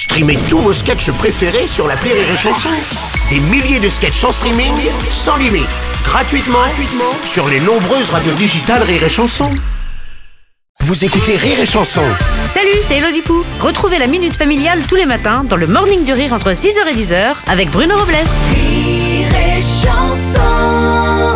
Streamez tous vos sketchs préférés sur l'appli Rire et Chanson. Des milliers de sketchs en streaming, sans limite, gratuitement sur les nombreuses radios digitales Rire et Chanson. Vous écoutez Rire et Chanson. Salut, c'est Elodie Pou. Retrouvez la Minute Familiale tous les matins dans le Morning du Rire entre 6h et 10h avec Bruno Robles. Rire et Chanson.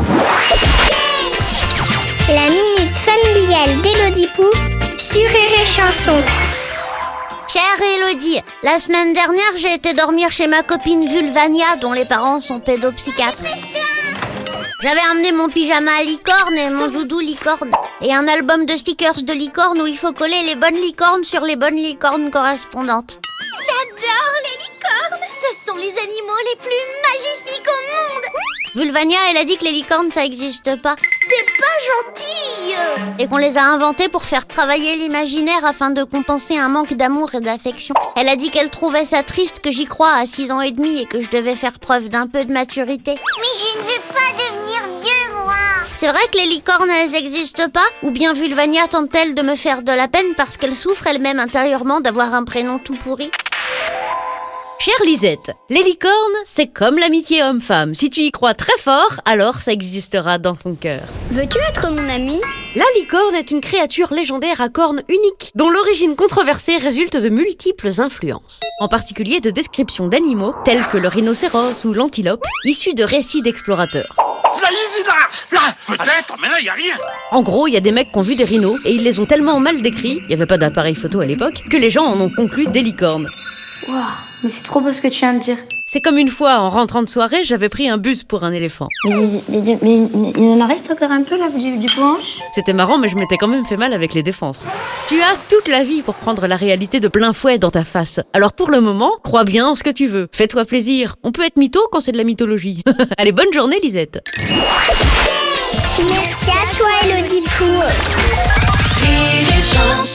La Minute Familiale d'Elodie Pou sur Rire et Chanson. Chère Elodie, la semaine dernière, j'ai été dormir chez ma copine Vulvania, dont les parents sont pédopsychiatres. J'avais amené mon pyjama à licorne et mon doudou licorne. Et un album de stickers de licorne où il faut coller les bonnes licornes sur les bonnes licornes correspondantes. J'adore les licornes. Ce sont les animaux les plus magnifiques au monde. Vulvania, elle a dit que les licornes, ça n'existe pas. T'es pas gentille. Et qu'on les a inventés pour faire travailler l'imaginaire afin de compenser un manque d'amour et d'affection. Elle a dit qu'elle trouvait ça triste que j'y croie à 6 ans et demi et que je devais faire preuve d'un peu de maturité. Mais je ne veux pas devenir vieux, moi. C'est vrai que les licornes, elles n'existent pas? Ou bien Vulvania tente-t-elle de me faire de la peine parce qu'elle souffre elle-même intérieurement d'avoir un prénom tout pourri? Chère Lisette, les licornes, c'est comme l'amitié homme-femme. Si tu y crois très fort, alors ça existera dans ton cœur. Veux-tu être mon ami? La licorne est une créature légendaire à cornes uniques, dont l'origine controversée résulte de multiples influences. En particulier de descriptions d'animaux, tels que le rhinocéros ou l'antilope, issus de récits d'explorateurs. Peut-être, mais là, y a rien. En gros, il y a des mecs qui ont vu des rhinos, et ils les ont tellement mal décrits, il n'y avait pas d'appareil photo à l'époque, que les gens en ont conclu des licornes. Waouh, mais c'est trop beau ce que tu viens de dire. C'est comme une fois, en rentrant de soirée, j'avais pris un bus pour un éléphant. Mais il en reste encore un peu là du planche. C'était marrant, mais je m'étais quand même fait mal avec les défenses. Tu as toute la vie pour prendre la réalité de plein fouet dans ta face. Alors pour le moment, crois bien en ce que tu veux. Fais-toi plaisir. On peut être mytho quand c'est de la mythologie. Allez, bonne journée, Lisette. Merci à toi, Elodie Pou. Rire et Chanson.